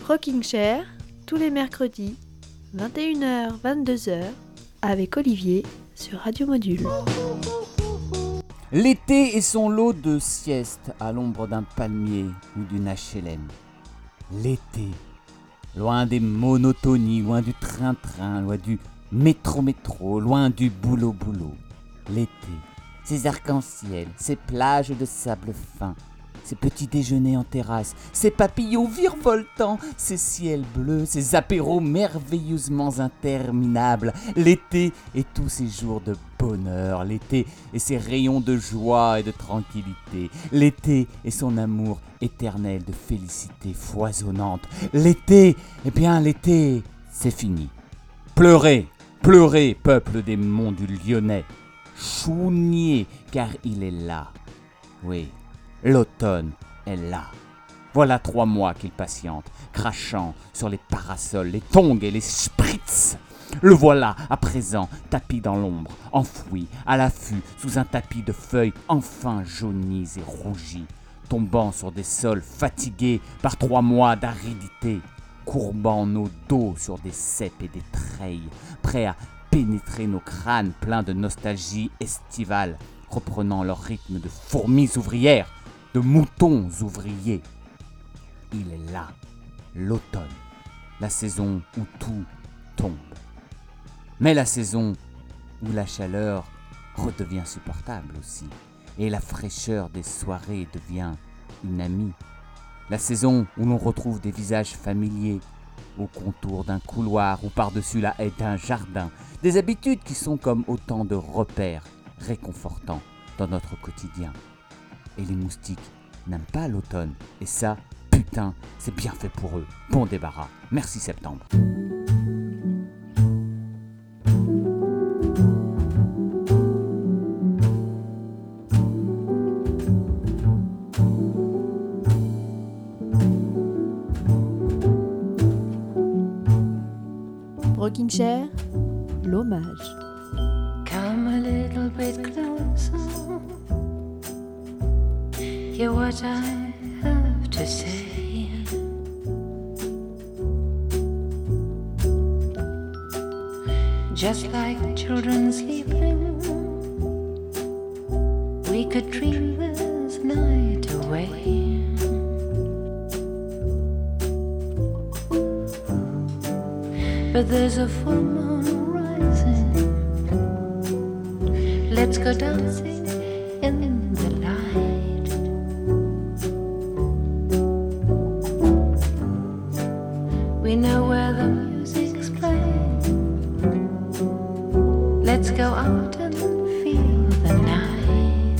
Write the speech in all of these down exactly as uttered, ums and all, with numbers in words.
Rocking Chair, tous les mercredis, vingt et une heures vingt-deux heures, avec Olivier sur Radio Module. L'été et son lot de siestes à l'ombre d'un palmier ou d'une H L M. L'été, loin des monotonies, loin du train-train, loin du métro-métro, loin du boulot-boulot. L'été, ces arcs-en-ciel, ces plages de sable fin, ces petits déjeuners en terrasse, ces papillons virevoltants, ces ciels bleus, ces apéros merveilleusement interminables. L'été et tous ces jours de bonheur, l'été et ses rayons de joie et de tranquillité, l'été et son amour éternel de félicité foisonnante. L'été, eh bien l'été, c'est fini. Pleurez, pleurez, peuple des monts du Lyonnais. Chouniez, car il est là. Oui. L'automne est là. Voilà trois mois qu'il patiente, crachant sur les parasols, les tongs et les spritz. Le voilà, à présent, tapi dans l'ombre, enfoui, à l'affût, sous un tapis de feuilles enfin jaunies et rougies, tombant sur des sols fatigués par trois mois d'aridité, courbant nos dos sur des ceps et des treilles, prêts à pénétrer nos crânes pleins de nostalgie estivale, reprenant leur rythme de fourmis ouvrières, de moutons ouvriers. Il est là, l'automne, la saison où tout tombe. Mais la saison où la chaleur redevient supportable aussi, et la fraîcheur des soirées devient une amie. La saison où l'on retrouve des visages familiers, au contour d'un couloir ou par-dessus la haie d'un jardin, des habitudes qui sont comme autant de repères réconfortants dans notre quotidien. Et les moustiques n'aiment pas l'automne. Et ça, putain, c'est bien fait pour eux. Bon débarras. Merci septembre. Rocking Chair, l'hommage. Come a little bit closer. Hear what I have to say. Just like children sleeping, we could dream this night away. But there's a full moon rising. Let's go dancing in the light. We know where the music's playing. Let's go out and feel the night.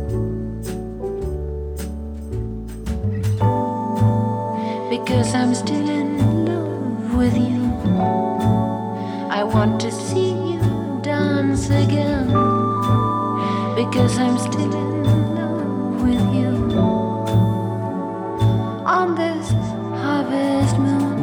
Because I'm still in love with you. I want to see you dance again. Because I'm still in love with you. On this harvest moon.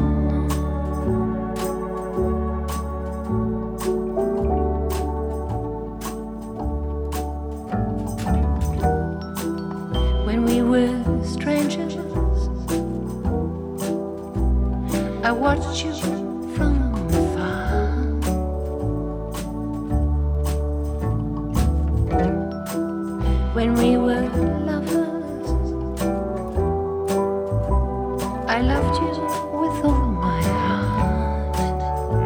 When we were strangers, I watched you from afar. When we were lovers, I loved you with all my heart.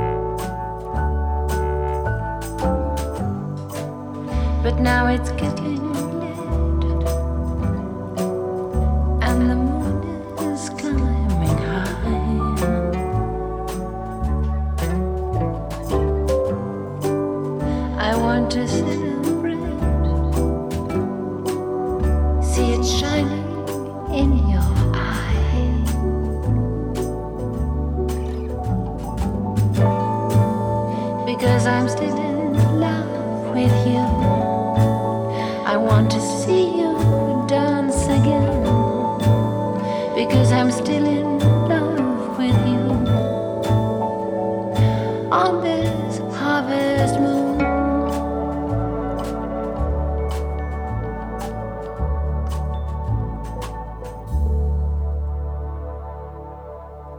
But now it's getting late, and the moon is climbing high. I want to celebrate. See it shining in your eye. Because I'm still in love with you. I want to see you dance again. Because I'm still in love with you. On this harvest moon.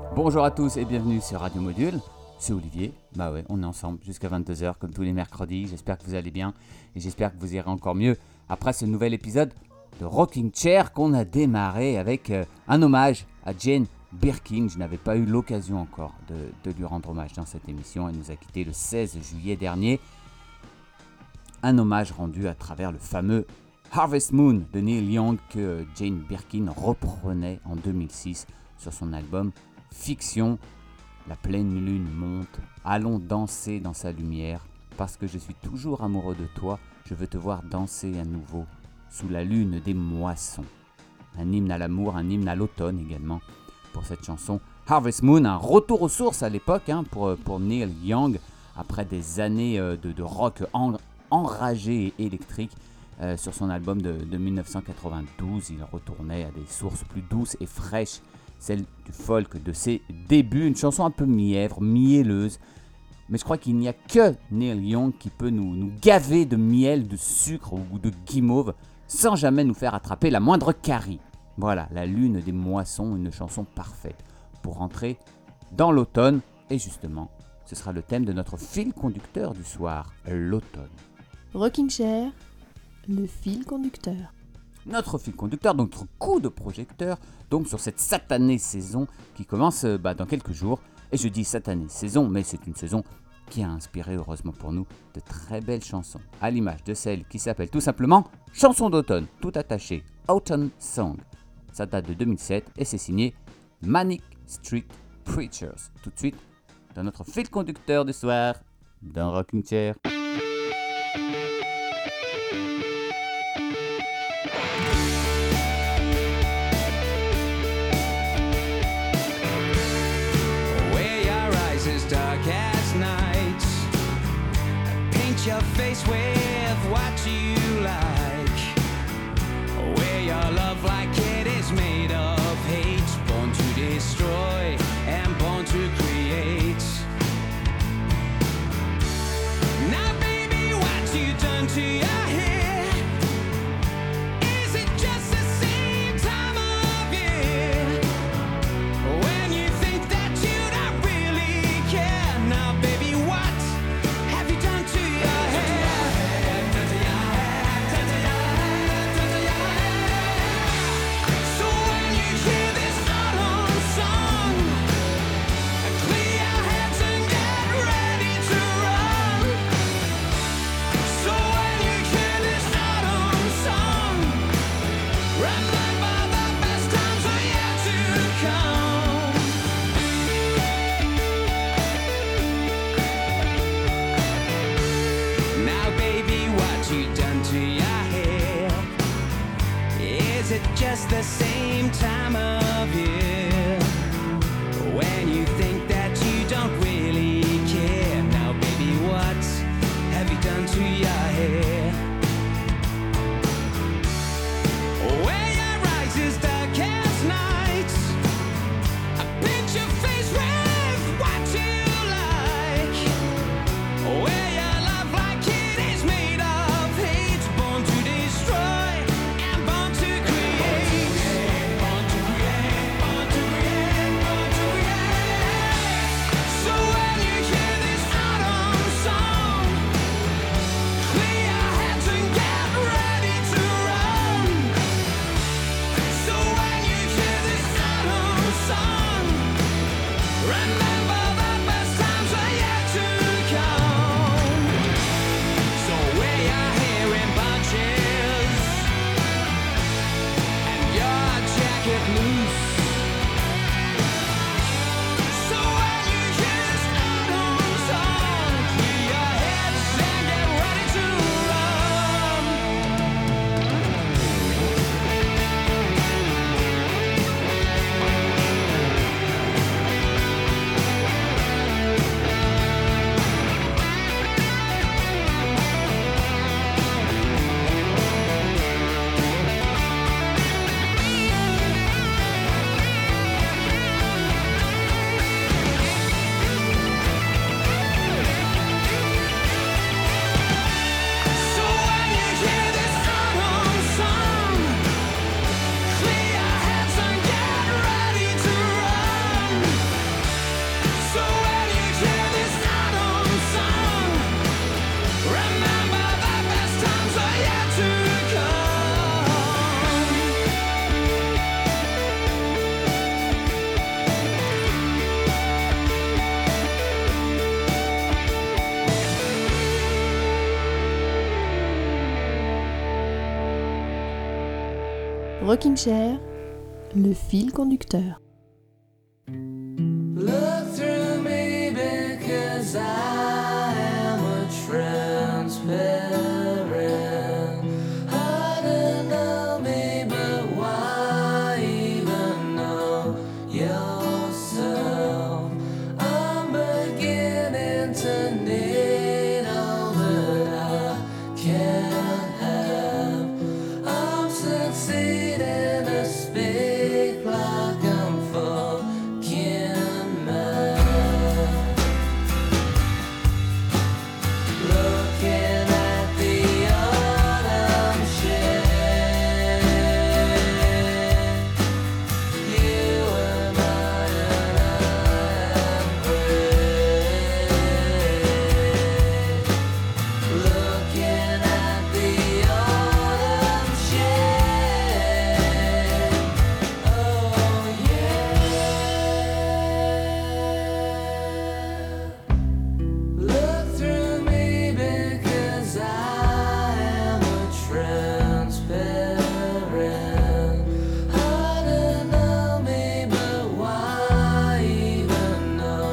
Bonjour à tous et bienvenue sur Radio Module, c'est Olivier, bah ouais, on est ensemble jusqu'à vingt-deux heures comme tous les mercredis, j'espère que vous allez bien et j'espère que vous irez encore mieux après ce nouvel épisode de Rocking Chair qu'on a démarré avec euh, un hommage à Jane Birkin. Je n'avais pas eu l'occasion encore de, de lui rendre hommage dans cette émission, elle nous a quittés le seize juillet dernier. Un hommage rendu à travers le fameux Harvest Moon de Neil Young que Jane Birkin reprenait en deux mille six sur son album Fiction. La pleine lune monte, allons danser dans sa lumière, parce que je suis toujours amoureux de toi, je veux te voir danser à nouveau, sous la lune des moissons. Un hymne à l'amour, un hymne à l'automne également, pour cette chanson Harvest Moon, un retour aux sources à l'époque hein, pour, pour Neil Young, après des années de, de rock en, enragé et électrique. Euh, sur son album de, de dix-neuf cent quatre-vingt-douze, il retournait à des sources plus douces et fraîches, celle du folk de ses débuts, une chanson un peu mièvre, mielleuse, mais je crois qu'il n'y a que Neil Young qui peut nous, nous gaver de miel, de sucre ou de guimauve, sans jamais nous faire attraper la moindre carie. Voilà, la lune des moissons, une chanson parfaite pour rentrer dans l'automne, et justement, ce sera le thème de notre fil conducteur du soir, l'automne. Rocking Chair, le fil conducteur. Notre fil conducteur, donc notre coup de projecteur, donc sur cette satanée saison qui commence bah, dans quelques jours. Et je dis satanée saison, mais c'est une saison qui a inspiré, heureusement pour nous, de très belles chansons. À l'image de celle qui s'appelle tout simplement Chanson d'automne, tout attaché, Autumn Song. Ça date de deux mille sept et c'est signé Manic Street Preachers. Tout de suite, dans notre fil conducteur du soir, dans Rocking Chair. Your face with what you like. Wear your love like it is made of hate, born to destroy and born to create. Now baby, what you done to your hair? Is it just the same time of year when you think that you don't really care? Now baby, what have you done to your hair? Rocking Chair, le fil conducteur. Look through me because I am a transparent. Hard to know me, but why even know yourself? I'm beginning to need all that I can have. I'm succeeding to speak like I'm fucking mad. Looking at the autumn shade, you and I and I am great. Looking at the autumn shade, oh yeah. Look through me because I am a transparent. Hard to know me, but why even know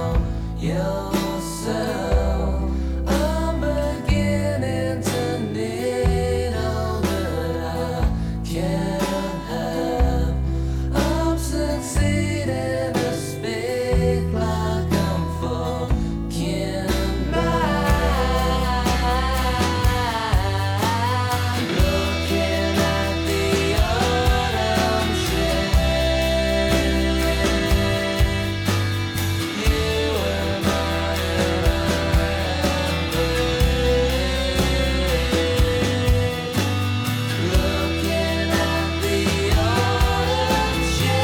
yourself? I'm beginning to need all that I can have. I'm succeeding to speak like I'm fucking mad. Looking at the autumn shade, you and I and I am great. Looking at the autumn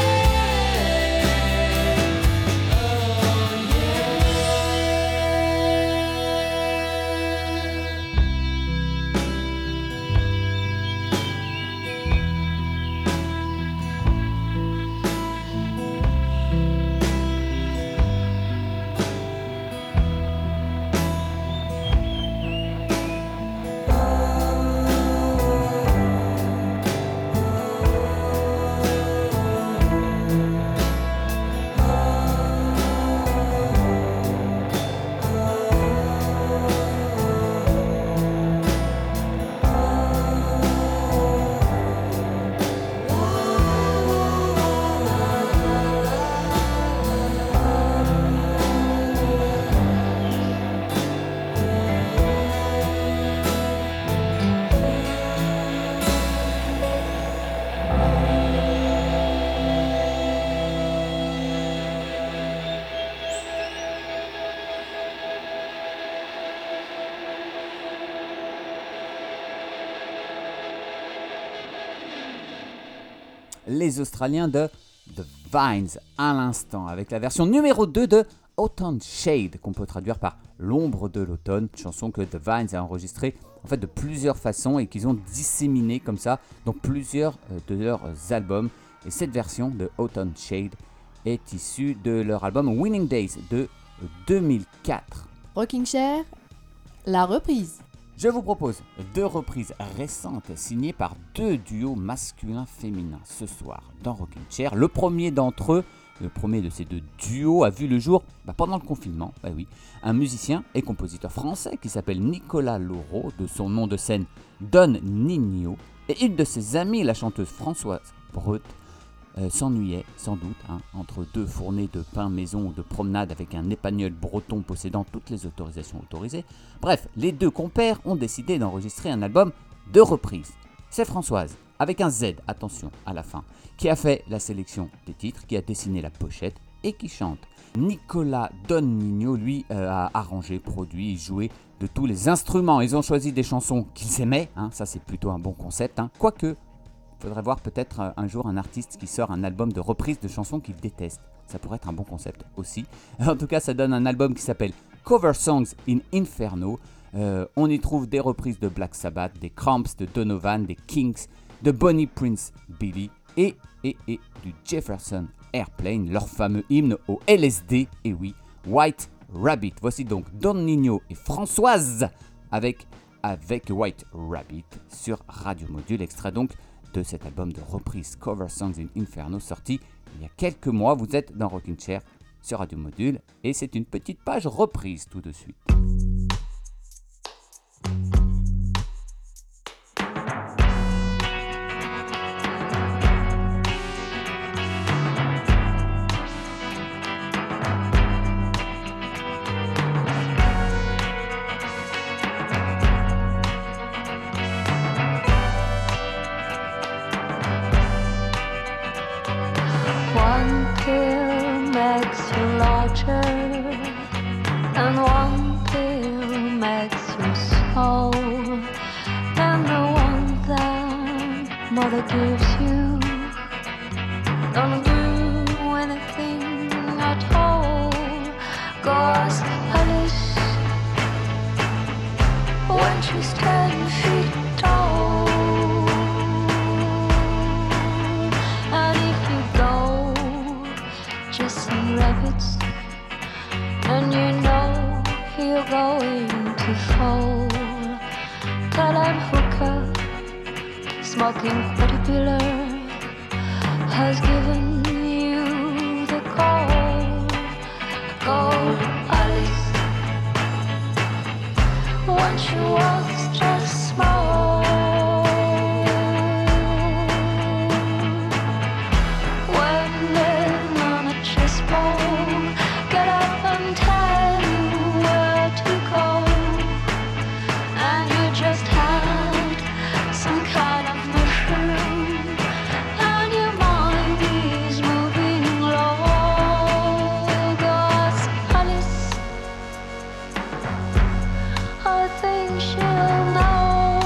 shade, oh yeah. Les Australiens de The Vines à l'instant, avec la version numéro deux de Autumn Shade, qu'on peut traduire par l'ombre de l'automne, une chanson que The Vines a enregistrée en fait de plusieurs façons et qu'ils ont disséminée comme ça dans plusieurs euh, de leurs albums. Et cette version de Autumn Shade est issue de leur album Winning Days de deux mille quatre. Rocking Chair, la reprise. Je vous propose deux reprises récentes signées par deux duos masculins-féminins ce soir dans Rocking Chair. Le premier d'entre eux, le premier de ces deux duos, a vu le jour bah, pendant le confinement. Bah oui, un musicien et compositeur français qui s'appelle Nicolas Laureau, de son nom de scène Don Nino, et une de ses amies, la chanteuse Françoise Breut, euh, s'ennuyait sans doute hein, entre deux fournées de pain maison ou de promenade avec un épagnol breton possédant toutes les autorisations autorisées. Bref, les deux compères ont décidé d'enregistrer un album de reprise. C'est Françoise, avec un Z, attention, à la fin, qui a fait la sélection des titres, qui a dessiné la pochette et qui chante. Nicolas Don Nino, lui, euh, a arrangé, produit et joué de tous les instruments. Ils ont choisi des chansons qu'ils aimaient, hein, ça c'est plutôt un bon concept, hein. Quoique, il faudrait voir peut-être un jour un artiste qui sort un album de reprise de chansons qu'il déteste. Ça pourrait être un bon concept aussi. En tout cas, ça donne un album qui s'appelle Cover Songs in Inferno. Euh, on y trouve des reprises de Black Sabbath, des Cramps, de Donovan, des Kings, de Bonnie Prince Billy et, et, et du Jefferson Airplane, leur fameux hymne au L S D, et oui, White Rabbit. Voici donc Don Nino et Françoise avec, avec White Rabbit sur Radio Module, extrait donc de cet album de reprise Cover Songs in Inferno sorti il y a quelques mois. Vous êtes dans Rockin' Chair sur Radio Module et c'est une petite page reprise tout de suite. And one pill makes you small, and the one that mother gives you don't do anything at all. 'Cause Alice, when she's ten feet tall, and if you go chasing rabbits, and you know you're going to fall, tell him hooker, smoking caterpillar, has given you the call. Go, Alice, when she was just small. When they're on a chessboard, get up and tell you where to go. And you just had some kind of mushroom, and your mind is moving low. 'Cause Alice, I think she'll know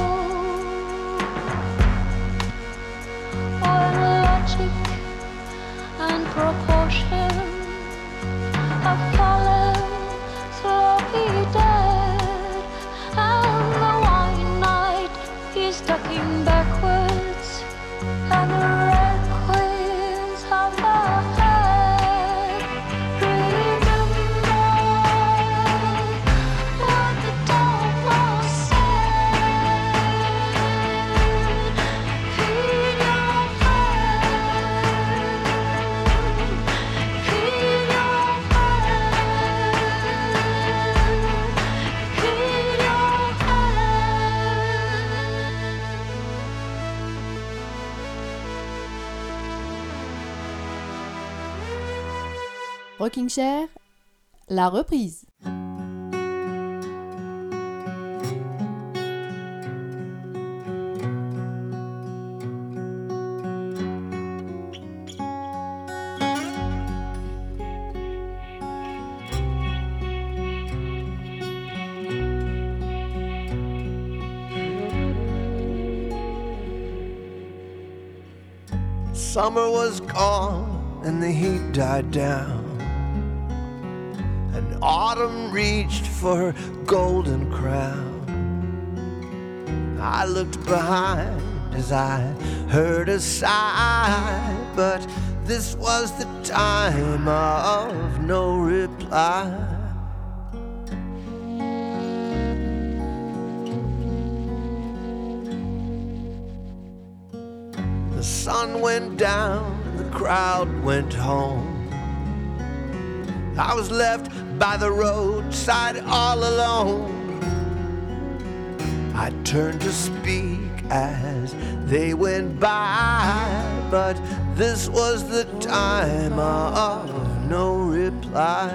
when logic and proportion have fallen slowly dead, and the white knight is ducking backwards, and the red queens have their head. Remember what the dog was said. Feel your head, feel your head, feel your head. Rockin' Chair, la reprise. Summer was gone and the heat died down, and autumn reached for her golden crown. I looked behind as I heard a sigh, but this was the time of no reply. The sun went down and the crowd went home. I was left by the roadside all alone. I turned to speak as they went by, but this was the time of no reply.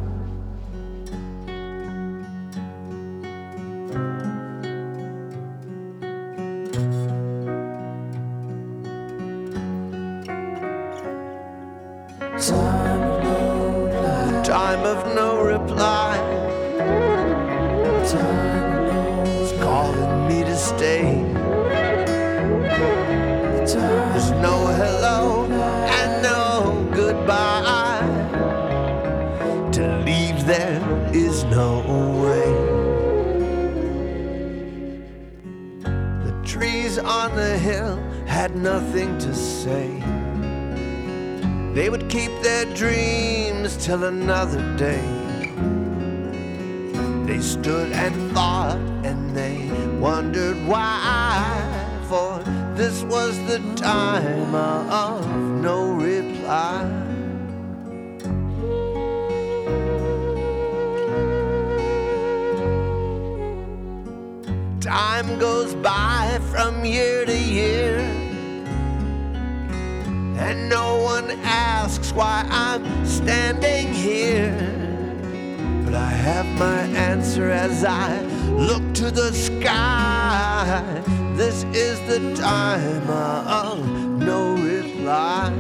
Time of no reply. It's calling me to stay. There's no hello and no goodbye. To leave there is no way. The trees on the hill had nothing to say. They would keep their dreams till another day. They stood and thought and they wondered why, for this was the time of no reply. Time goes by from year to year, and no one asks why I'm standing here. But I have my answer as I look to the sky. This is the time of no reply.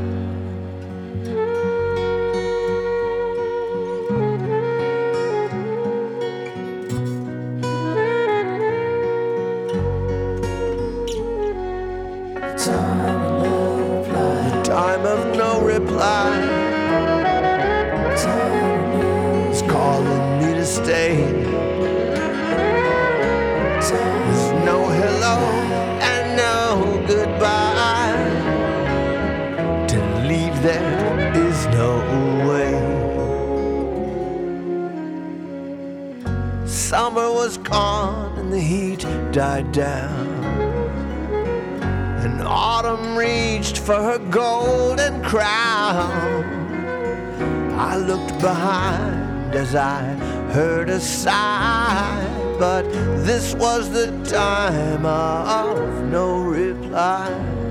Time of no reply. Time is calling me to stay. There's no hello and no goodbye. To leave there is no way. Summer was gone and the heat died down, and autumn reached for her golden crown. I looked behind as I heard a sigh, but this was the time of no reply.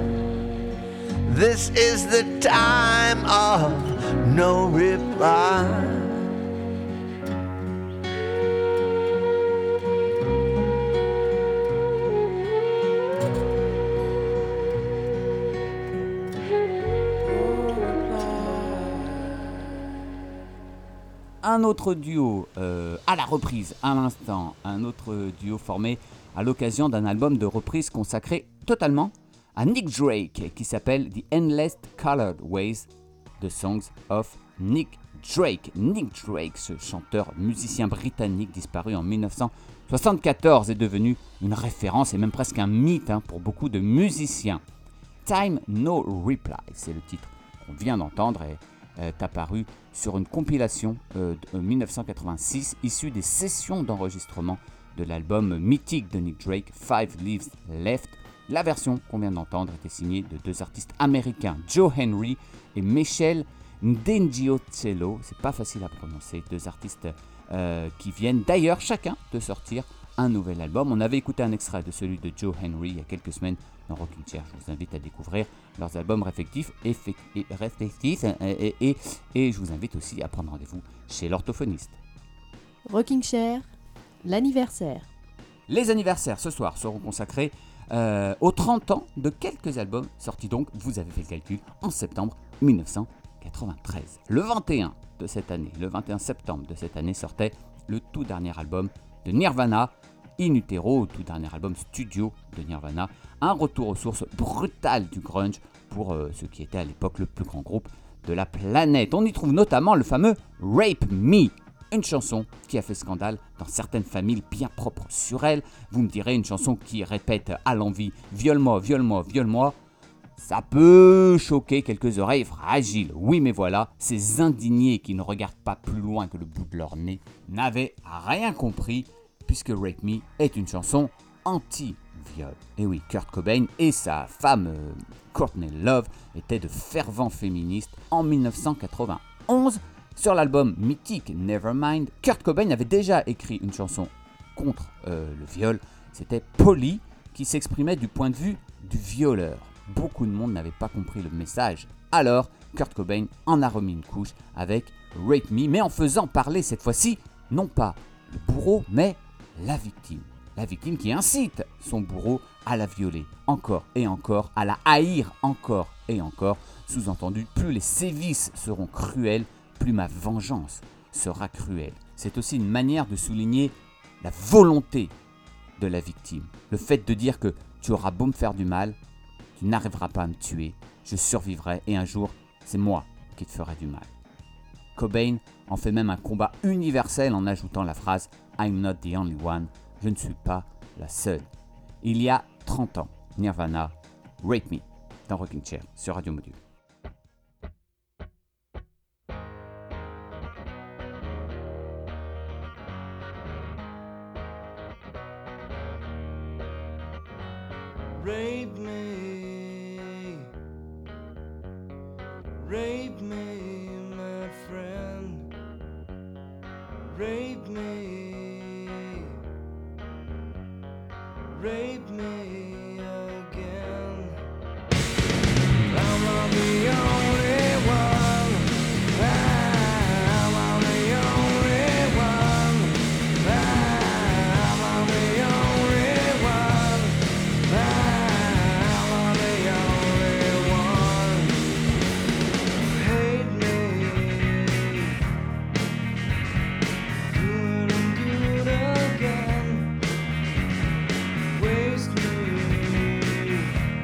This is the time of no reply. Un autre duo euh, à la reprise, à l'instant, un autre duo formé à l'occasion d'un album de reprise consacré totalement à Nick Drake qui s'appelle The Endless Colored Ways, The Songs of Nick Drake. Nick Drake, ce chanteur musicien britannique disparu en dix-neuf cent soixante-quatorze, est devenu une référence et même presque un mythe hein, pour beaucoup de musiciens. Time No Reply, c'est le titre qu'on vient d'entendre et est apparu sur une compilation euh, de dix-neuf cent quatre-vingt-six issue des sessions d'enregistrement de l'album mythique de Nick Drake, Five Leaves Left. La version qu'on vient d'entendre était signée de deux artistes américains, Joe Henry et Michel Ndenjiocello. C'est pas facile à prononcer, deux artistes euh, qui viennent d'ailleurs chacun de sortir un nouvel album. On avait écouté un extrait de celui de Joe Henry il y a quelques semaines dans Rocking Chair. Je vous invite à découvrir leurs albums respectifs et, et, et, et, et je vous invite aussi à prendre rendez-vous chez l'orthophoniste. Rocking Chair, l'anniversaire. Les anniversaires ce soir seront consacrés euh, aux trente ans de quelques albums sortis donc, vous avez fait le calcul, en septembre dix-neuf cent quatre-vingt-treize. Le vingt et un de cette année, le vingt et un septembre de cette année sortait le tout dernier album de Nirvana, In Utero, tout dernier album studio de Nirvana, un retour aux sources brutal du grunge pour euh, ce qui était à l'époque le plus grand groupe de la planète. On y trouve notamment le fameux Rape Me, une chanson qui a fait scandale dans certaines familles bien propres sur elle. Vous me direz, une chanson qui répète à l'envi « Viole-moi, viole-moi, viole-moi ». Ça peut choquer quelques oreilles fragiles. Oui, mais voilà, ces indignés qui ne regardent pas plus loin que le bout de leur nez n'avaient rien compris, puisque Rape Me est une chanson anti-viol. Et oui, Kurt Cobain et sa femme euh, Courtney Love étaient de fervents féministes en dix-neuf cent quatre-vingt-onze. Sur l'album mythique Nevermind, Kurt Cobain avait déjà écrit une chanson contre euh, le viol. C'était Polly, qui s'exprimait du point de vue du violeur. Beaucoup de monde n'avait pas compris le message. Alors, Kurt Cobain en a remis une couche avec Rape Me, mais en faisant parler cette fois-ci, non pas le bourreau, mais la victime. La victime qui incite son bourreau à la violer, encore et encore, à la haïr encore et encore. Sous-entendu, plus les sévices seront cruels, plus ma vengeance sera cruelle. C'est aussi une manière de souligner la volonté de la victime. Le fait de dire que tu auras beau me faire du mal, tu n'arriveras pas à me tuer, je survivrai et un jour, c'est moi qui te ferai du mal. Cobain en fait même un combat universel en ajoutant la phrase « I'm not the only one », je ne suis pas la seule. Il y a trente ans, Nirvana, Rape Me, dans Rocking Chair, sur Radio Module. Rape me, Rape me, my friend. Rape me. Rape me again. I'm not the only one. I'm not the only one. I'm not the only one. I'm not the only one. Hate me. Good and good again. Waste me.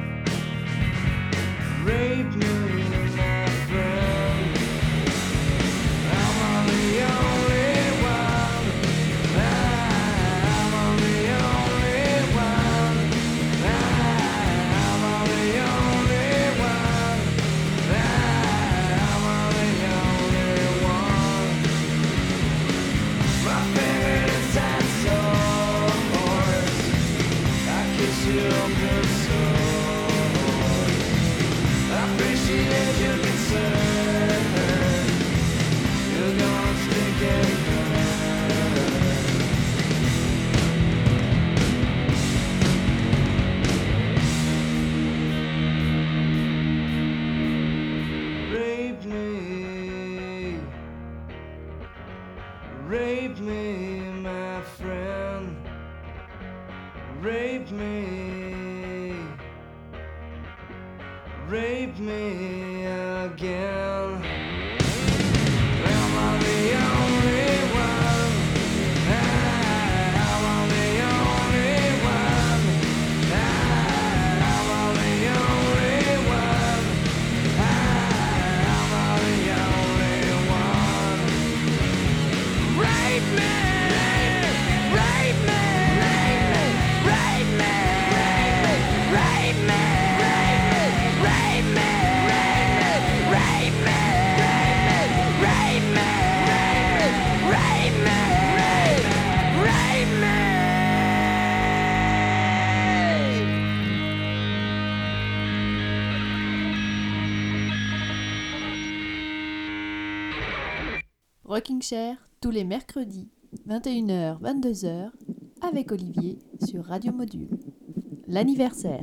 Rape me, my friend. I'm on the only one. I'm on the only one. I'm on the only one. I'm on the only one. My favorite is that sword. I kiss you on the sword. I appreciate your concern. You're gonna stick and burn. Rape me. Rape me, my friend. Rape me. Rape me again. Am I the only one? Am I the only one? Am I the only one? Am I the only one? Rape me! Rape me! Rape me! Rape me! Rape me! Rape me! Rape me! Rape me! Rape me! Rocking Chair, tous les mercredis, vingt et une heures vingt-deux heures, avec Olivier sur Radio Module. L'anniversaire.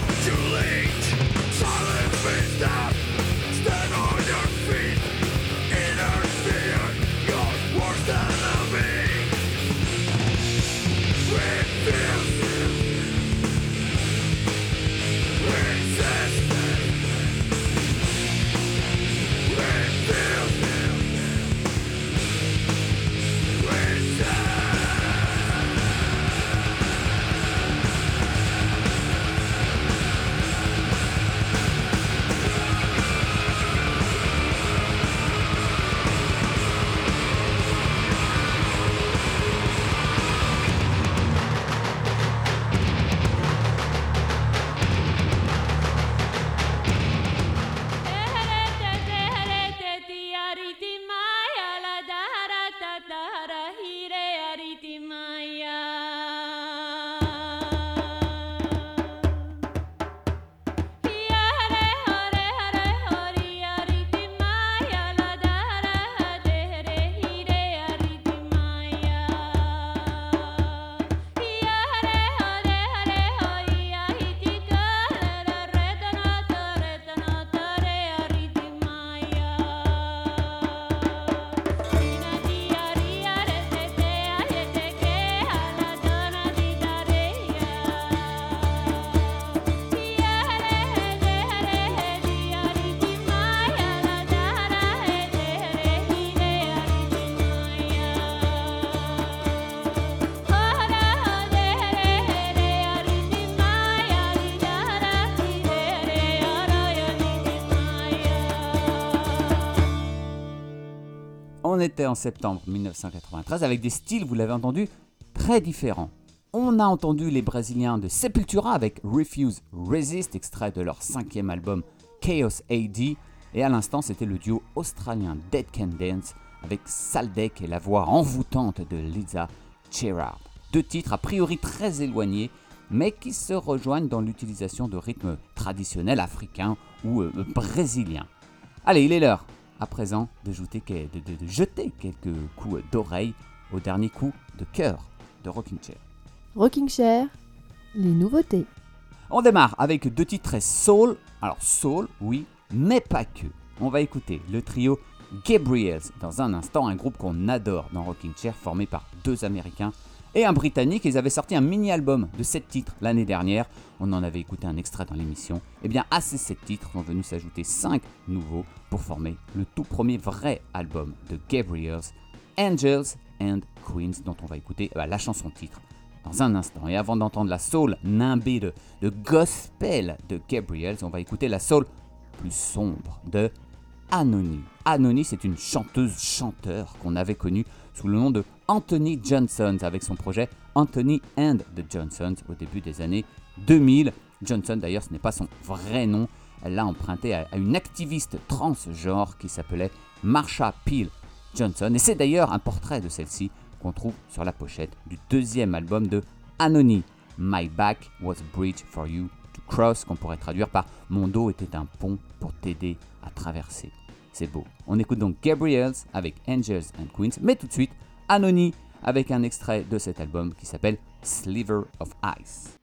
On était en septembre dix-neuf cent quatre-vingt-treize avec des styles, vous l'avez entendu, très différents. On a entendu les Brésiliens de Sepultura avec Refuse Resist, extrait de leur cinquième album Chaos A D, et à l'instant c'était le duo australien Dead Can Dance avec Saldek et la voix envoûtante de Liza Gerard. Deux titres a priori très éloignés, mais qui se rejoignent dans l'utilisation de rythmes traditionnels africains ou euh, brésiliens. Allez, il est l'heure à présent de, jeter, de, de, de jeter quelques coups d'oreille au dernier coup de cœur de Rocking Chair. Rocking Chair, les nouveautés. On démarre avec deux titres très soul, alors soul, oui, mais pas que. On va écouter le trio Gabriels dans un instant, un groupe qu'on adore dans Rocking Chair, formé par deux Américains et un Britannique. Ils avaient sorti un mini-album de sept titres l'année dernière. On en avait écouté un extrait dans l'émission. Et bien à ces sept titres sont venus s'ajouter cinq nouveaux pour former le tout premier vrai album de Gabriels, Angels and Queens, dont on va écouter bah, la chanson titre dans un instant. Et avant d'entendre la soul nimbée de, de gospel de Gabriels, on va écouter la soul plus sombre de Anony. Anony, c'est une chanteuse-chanteur qu'on avait connue sous le nom de Anthony Johnsons avec son projet Anthony and the Johnsons au début des années deux mille. Johnson, d'ailleurs, ce n'est pas son vrai nom. Elle l'a emprunté à, à une activiste transgenre qui s'appelait Marsha Peel Johnson. Et c'est d'ailleurs un portrait de celle-ci qu'on trouve sur la pochette du deuxième album de Anony, My Back Was a Bridge for You to Cross, qu'on pourrait traduire par Mon dos était un pont pour t'aider à traverser. C'est beau. On écoute donc Gabriels avec Angels and Queens, mais tout de suite Anony avec un extrait de cet album qui s'appelle Sliver of Ice.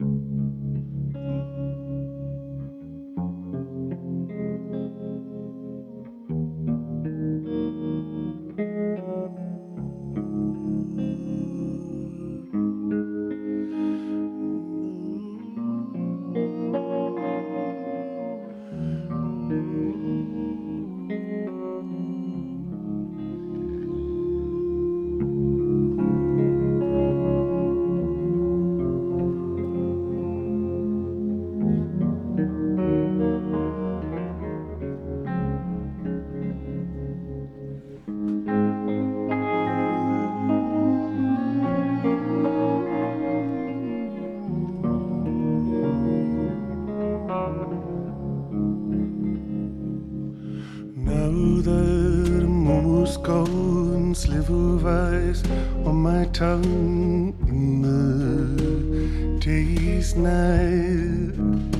Sliver of ice on my tongue in the taste night.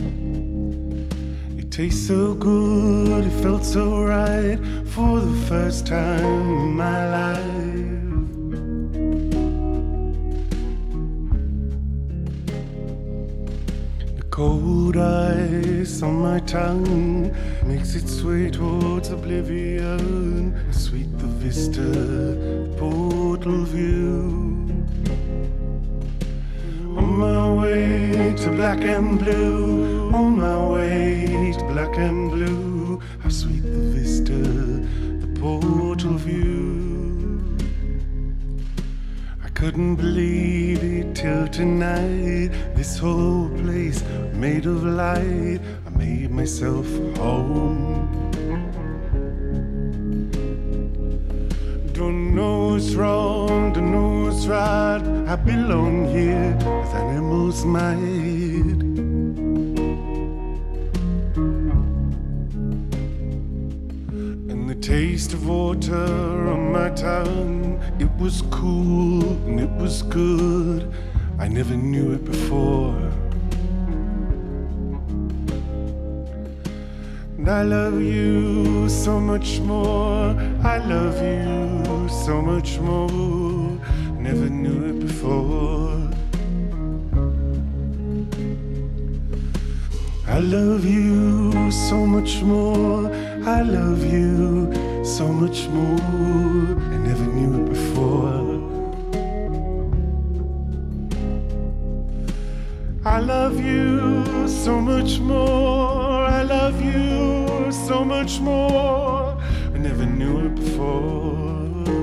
It tastes so good, it felt so right for the first time in my life. The Cold ice on my tongue makes its way towards oblivion. Sweet the vista, portal view. On my way to black and blue, on my way to black and blue. How sweet the vista, the portal view. Couldn't believe it till tonight. This whole place made of light. I made myself home. Don't know what's wrong, don't know what's right. I belong here as animals might. And the taste of water on my tongue, it was cool and it was good. I never knew it before. And I love you so much more. I love you so much more. Never knew it before. I love you so much more. I love you so much more. I never knew it before. I love you so much more. I love you so much more. I never knew it before.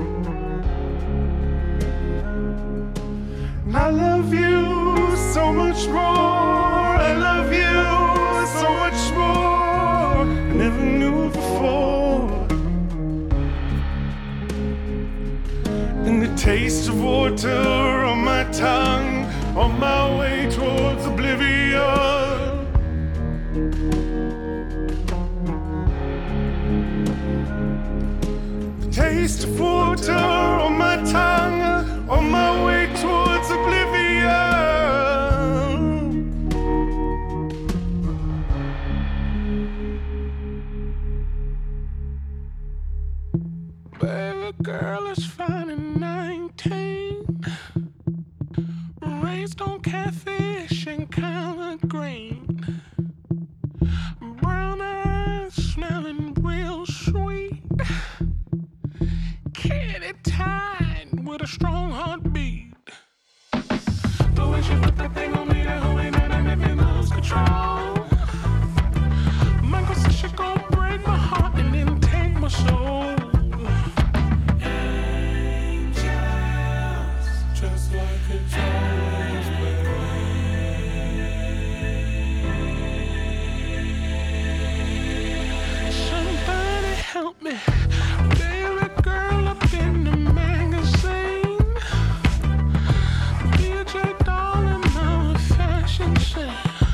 I love you so much more. I love you so much more. I never knew it before. And the taste of water on my tongue, on my way towards oblivion. The taste of water on my tongue, on my way towards oblivion. Baby girl is fine and nineteen, raised on catfish and collard green, brown eyes smelling real sweet, kitty tied with a strong heartbeat. The way she put that thing on me, that whole ain't that I make me lose control. Michael said she gon' break my heart and then take my soul. Angels, just like a child's play. Somebody help me, baby girl up in the magazine. D J darling, I'm a fashion scene.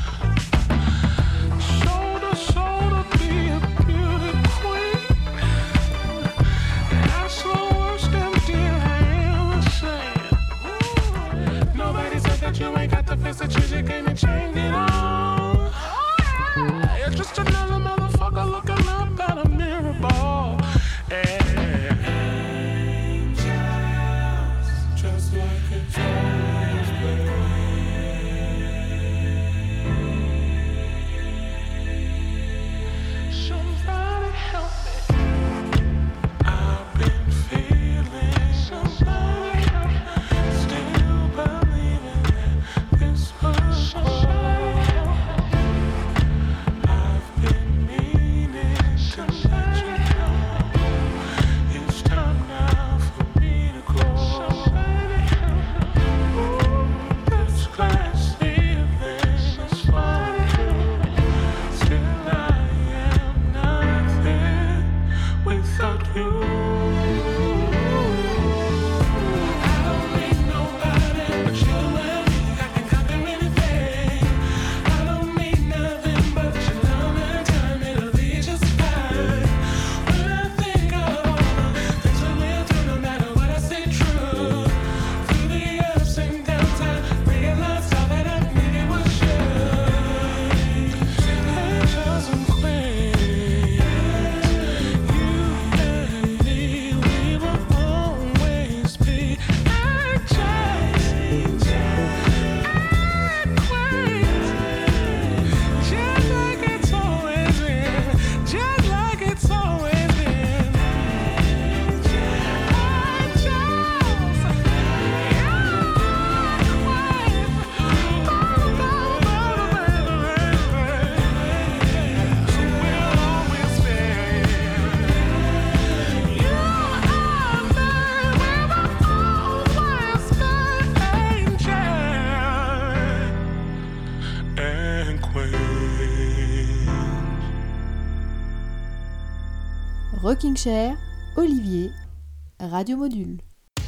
Sold her, sold her, be a beauty queen. That's the worst damn deal I ever seen. Nobody said that you ain't got the face that you just can't change it all. You're just another motherfucker looking up at a mirror ball. Angels, just like a child's play. Somebody help me. I've been feeling. Somebody help me. Still believing that this was. Somebody help me. I've Rocking Chair, Olivier, Radio Module.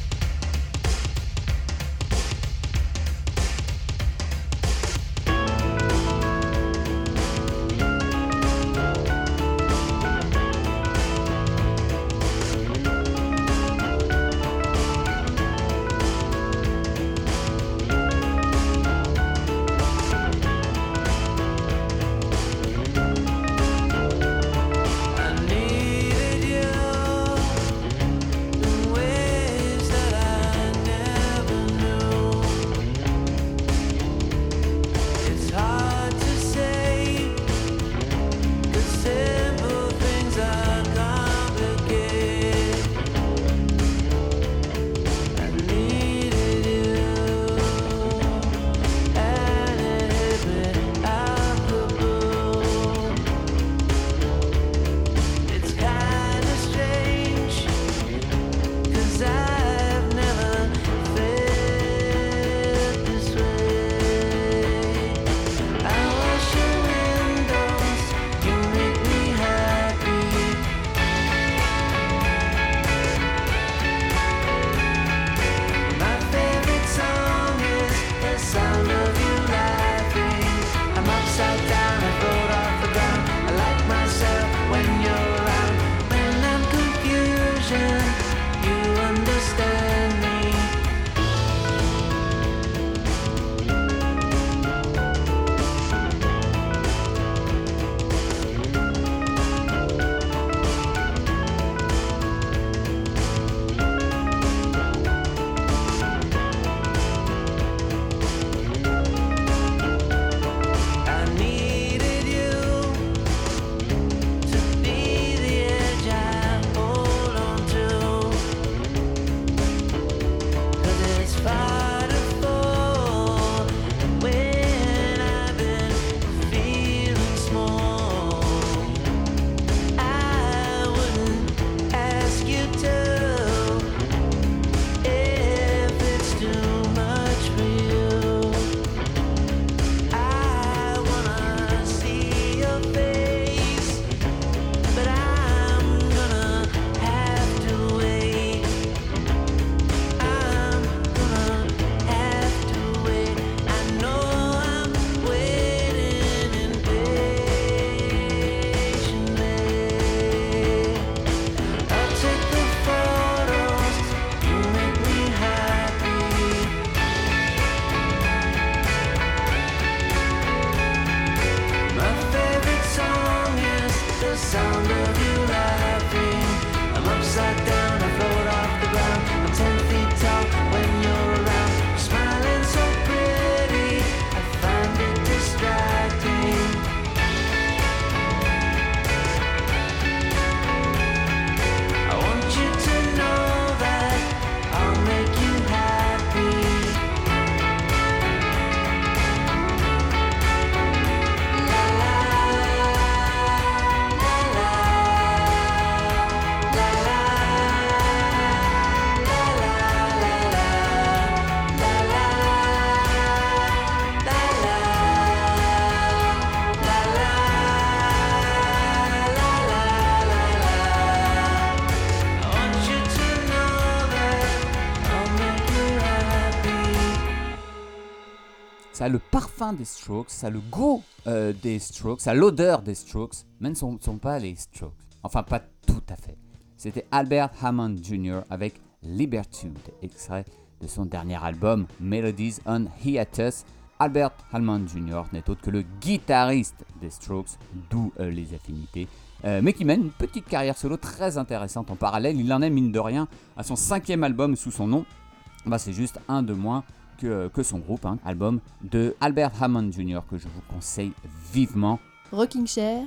Ça a le parfum des Strokes, ça a le goût euh, des Strokes, ça a l'odeur des Strokes, mais ne sont, sont pas les Strokes. Enfin, pas tout à fait. C'était Albert Hammond junior avec Libertude, extrait de son dernier album Melodies on Hiatus. Albert Hammond junior n'est autre que le guitariste des Strokes, d'où euh, les affinités, euh, mais qui mène une petite carrière solo très intéressante en parallèle. Il en est, mine de rien, à son cinquième album sous son nom. Bah, c'est juste un de moins que, que son groupe, hein. Album de Albert Hammond junior que je vous conseille vivement. Rocking Chair,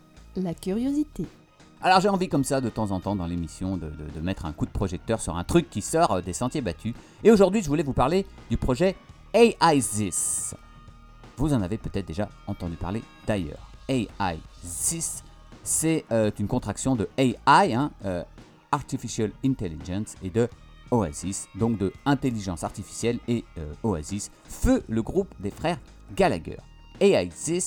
la curiosité. Alors j'ai envie comme ça de temps en temps dans l'émission de, de, de mettre un coup de projecteur sur un truc qui sort des sentiers battus. Et aujourd'hui je voulais vous parler du projet A I This. Vous en avez peut-être déjà entendu parler d'ailleurs. A I This, c'est euh, une contraction de A I, hein, euh, Artificial Intelligence, et de Oasis, donc de intelligence artificielle et euh, Oasis, feu le groupe des frères Gallagher. A I This,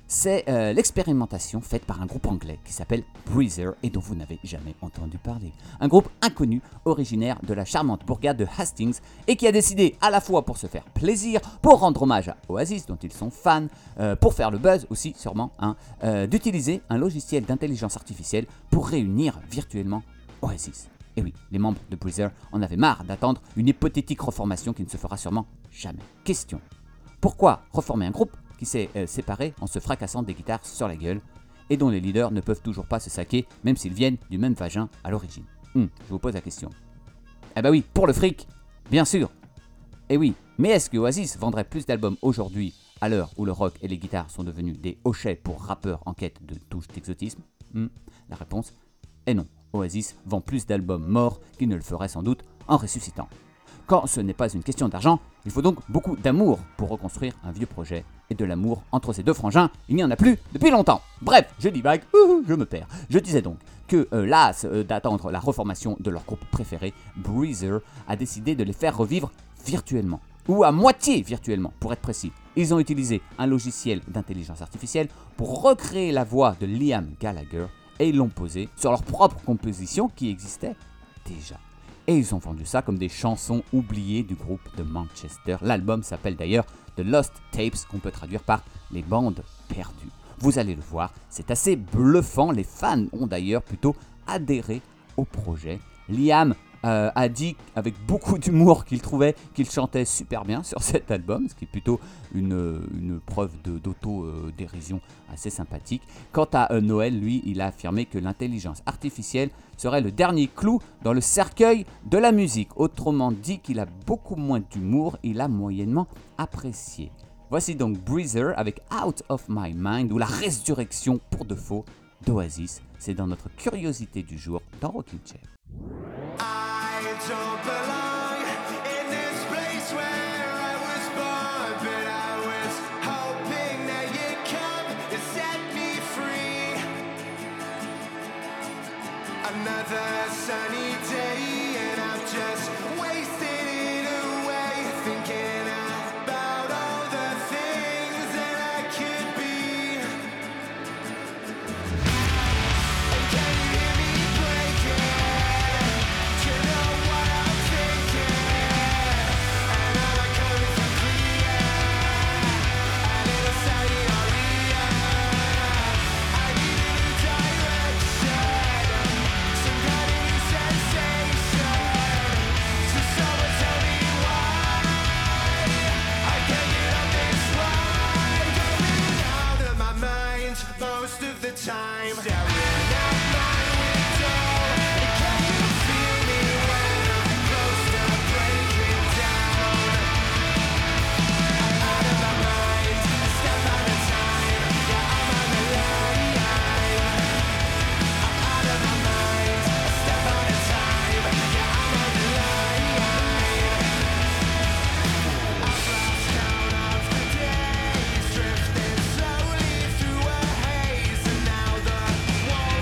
c'est euh, l'expérimentation faite par un groupe anglais qui s'appelle Breezer et dont vous n'avez jamais entendu parler. Un groupe inconnu, originaire de la charmante bourgade de Hastings et qui a décidé à la fois pour se faire plaisir, pour rendre hommage à Oasis dont ils sont fans, euh, pour faire le buzz aussi sûrement, hein, euh, d'utiliser un logiciel d'intelligence artificielle pour réunir virtuellement Oasis. Et oui, les membres de Breezer en avaient marre d'attendre une hypothétique reformation qui ne se fera sûrement jamais. Question. Pourquoi reformer un groupe qui s'est euh, séparé en se fracassant des guitares sur la gueule et dont les leaders ne peuvent toujours pas se saquer même s'ils viennent du même vagin à l'origine? hum, Je vous pose la question. Eh bah oui, pour le fric, bien sûr. Et oui, mais est-ce que Oasis vendrait plus d'albums aujourd'hui à l'heure où le rock et les guitares sont devenus des hochets pour rappeurs en quête de touches d'exotisme? hum, La réponse est non. Oasis vend plus d'albums morts qu'il ne le ferait sans doute en ressuscitant. Quand ce n'est pas une question d'argent, il faut donc beaucoup d'amour pour reconstruire un vieux projet. Et de l'amour entre ces deux frangins, il n'y en a plus depuis longtemps. Bref, je dis vague, je me perds. Je disais donc que euh, las euh, d'attendre la reformation de leur groupe préféré, Breezer a décidé de les faire revivre virtuellement. Ou à moitié virtuellement, pour être précis. Ils ont utilisé un logiciel d'intelligence artificielle pour recréer la voix de Liam Gallagher et ils l'ont posé sur leur propre composition qui existait déjà. Et ils ont vendu ça comme des chansons oubliées du groupe de Manchester. L'album s'appelle d'ailleurs The Lost Tapes, qu'on peut traduire par les bandes perdues. Vous allez le voir, c'est assez bluffant. Les fans ont d'ailleurs plutôt adhéré au projet. Liam euh, a dit avec beaucoup d'humour qu'il trouvait qu'il chantait super bien sur cet album, ce qui est plutôt une, une preuve de, d'auto-dérision assez sympathique. Quant à euh, Noël, lui, il a affirmé que l'intelligence artificielle serait le dernier clou dans le cercueil de la musique. Autrement dit qu'il a beaucoup moins d'humour, il a moyennement apprécié. Voici donc Breezer avec Out of My Mind ou la résurrection pour de faux d'Oasis. C'est dans notre curiosité du jour dans Rocking Chair. I don't belong in this place where I was born, but I was hoping that you'd come and set me free. Another sunny day and I've just wasted it away, thinking about all the things that I could be. And can you hear me breaking? You know what I'm thinking, and all I come is clear. A little Saudi-Arabia. I need a new direction, some kind of new sensation. So someone tell me why I can't get up this ride. Getting out of my mind most of the time. Staring out my window. Can you feel me when I'm close to breaking down? I'm out of my mind, a step at a time. Yeah, I'm on the line. I'm out of my mind, a step at a time. Yeah, I'm on the line. I've lost count of the days, drifting slowly through a haze, and now the walls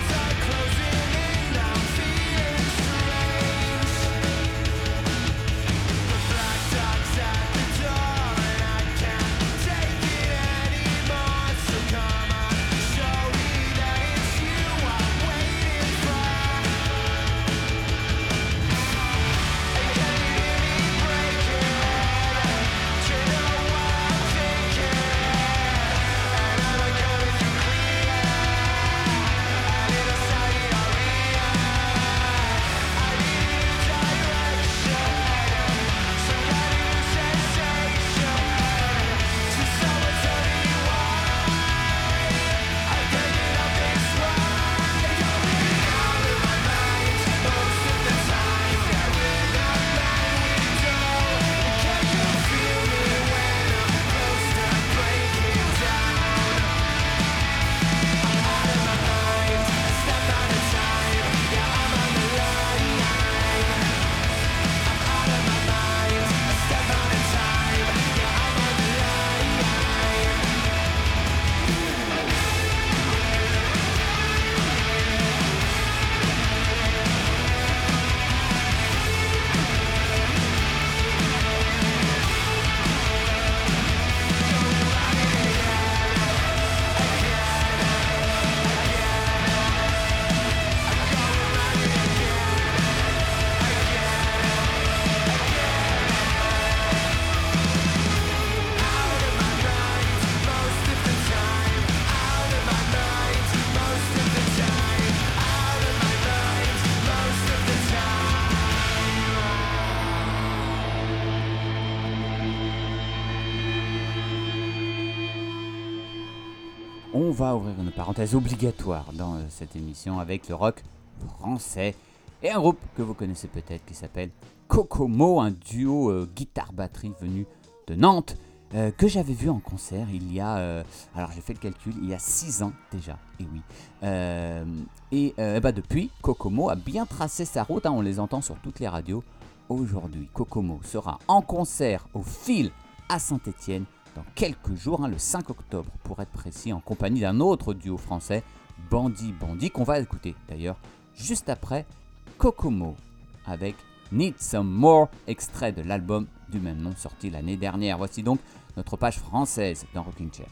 on va ouvrir une parenthèse obligatoire dans euh, cette émission avec le rock français et un groupe que vous connaissez peut-être qui s'appelle Kokomo, un duo euh, guitare-batterie venu de Nantes euh, que j'avais vu en concert il y a, euh, alors j'ai fait le calcul, il y a six ans déjà, et oui. Euh, et euh, bah depuis, Kokomo a bien tracé sa route, hein, on les entend sur toutes les radios. Aujourd'hui, Kokomo sera en concert au Fil à Saint-Étienne dans quelques jours, hein, le cinq octobre pour être précis, en compagnie d'un autre duo français, Bandit Bandit, qu'on va écouter d'ailleurs juste après Kokomo avec Need Some More, extrait de l'album du même nom sorti l'année dernière. Voici donc notre page française dans Rocking Chair.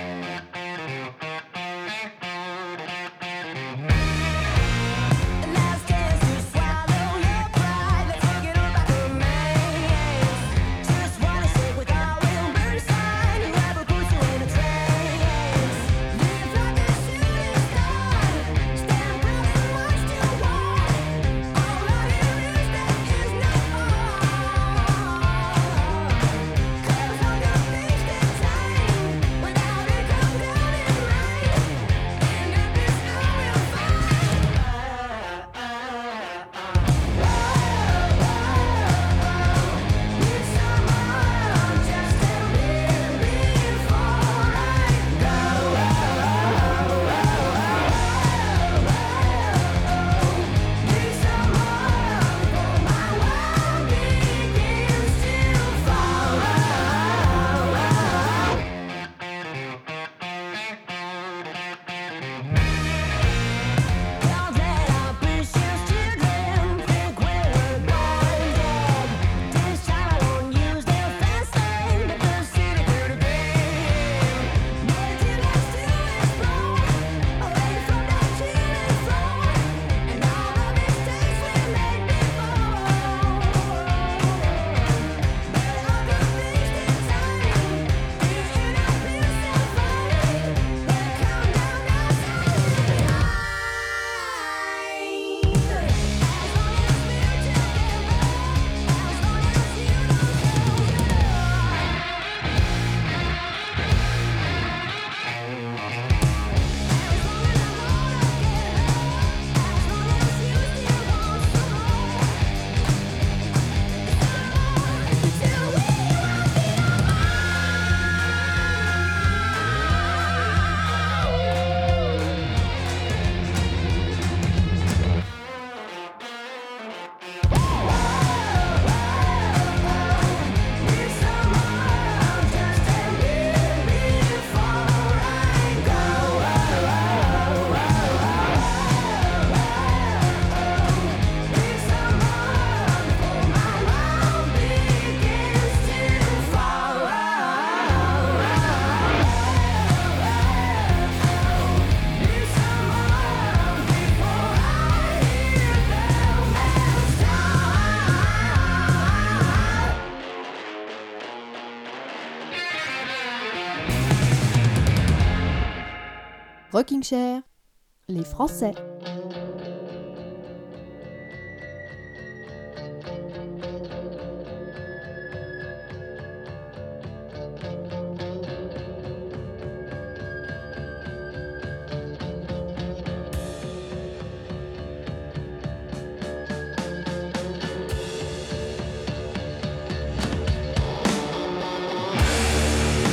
Rocking Chair, les Français.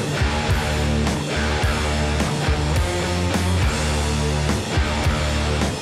Thank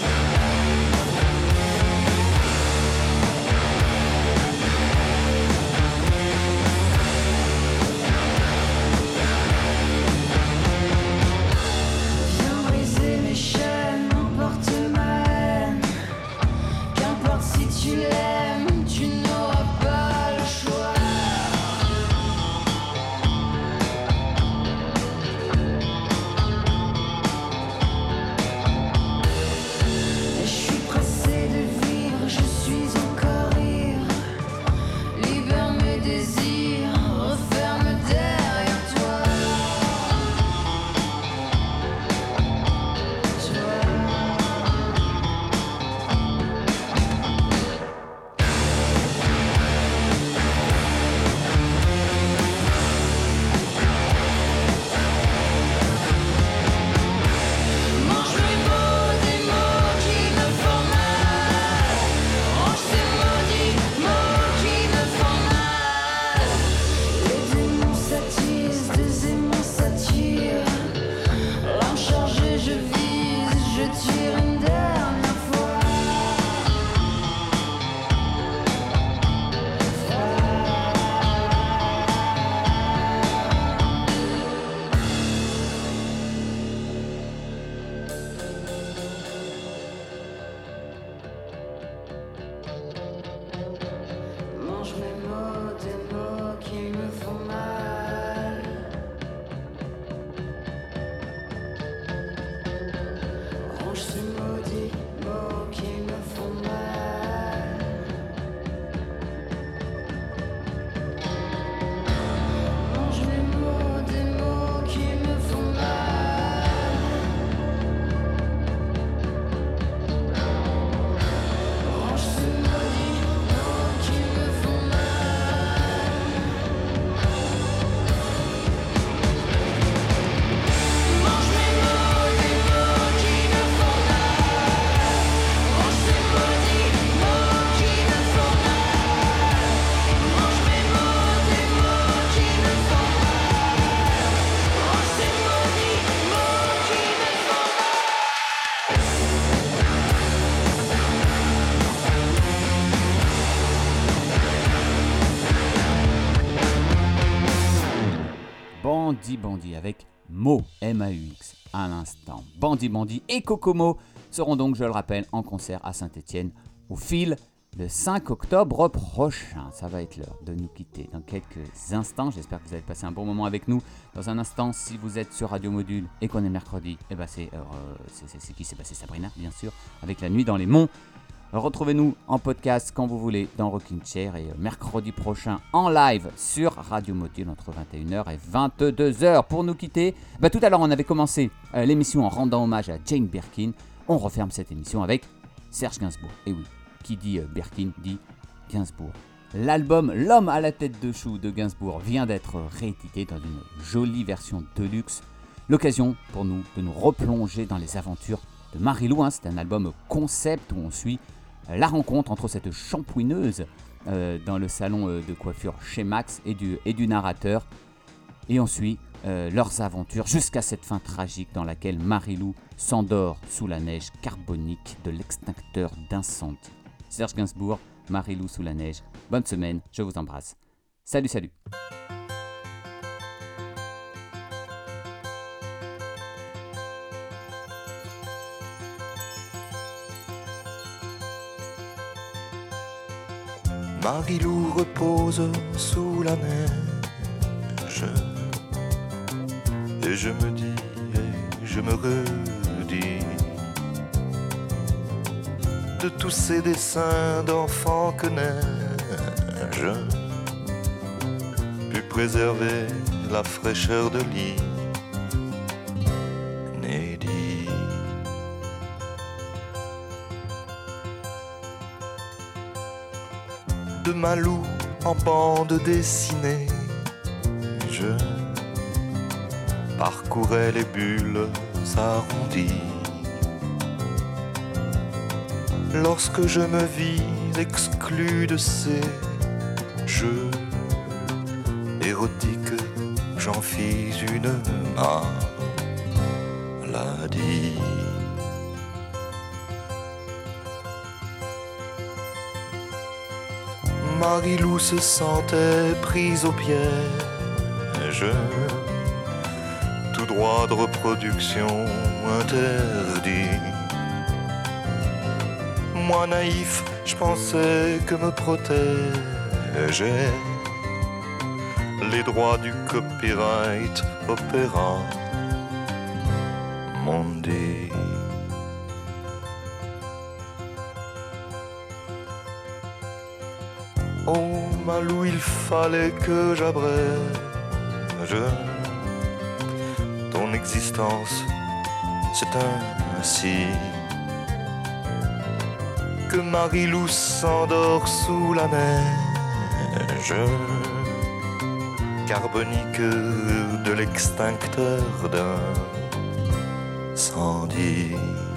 Bandit Bandit avec Mo, M A U X, à l'instant. Bandit Bandit et Kokomo seront donc, je le rappelle, en concert à Saint-Étienne au Fil le cinq octobre prochain. Ça va être l'heure de nous quitter dans quelques instants. J'espère que vous avez passé un bon moment avec nous. Dans un instant, si vous êtes sur Radio Module et qu'on est mercredi, eh ben c'est, euh, c'est, c'est, c'est qui c'est, bah c'est Sabrina, bien sûr, avec La Nuit dans les Monts. Retrouvez-nous en podcast quand vous voulez dans Rocking Chair et mercredi prochain en live sur Radio Module entre vingt et une heures et vingt-deux heures. Pour nous quitter, bah tout à l'heure on avait commencé euh, l'émission en rendant hommage à Jane Birkin. On referme cette émission avec Serge Gainsbourg. Et oui, qui dit euh, Birkin dit Gainsbourg. L'album L'homme à la tête de chou de Gainsbourg vient d'être réédité dans une jolie version deluxe. L'occasion pour nous de nous replonger dans les aventures de Marie-Lou. Hein. C'est un album concept où on suit euh, la rencontre entre cette shampouineuse euh, dans le salon euh, de coiffure chez Max et du, et du narrateur. Et on suit euh, leurs aventures jusqu'à cette fin tragique dans laquelle Marie-Lou s'endort sous la neige carbonique de l'extincteur d'incendie. Serge Gainsbourg, Marie-Lou sous la neige. Bonne semaine, je vous embrasse. Salut, salut. Marie-Lou repose sous la neige. Et je me dis, et je me redis de tous ces dessins d'enfants que neige put préserver la fraîcheur de lit. Inédit. De Malou en bande dessinée, je parcourais les bulles arrondies. Lorsque je me vis exclu de ces jeux érotiques, j'en fis une maladie. Marie-Lou se sentait prise au piège, tout droit de reproduction interdit. Moi naïf, je pensais que me protégeaient les droits du copyright opéra mondi. Oh Malou, il fallait que j'abrège ton existence, c'est ainsi que Marie-Lou s'endort sous la neige carbonique de l'extincteur d'incendie.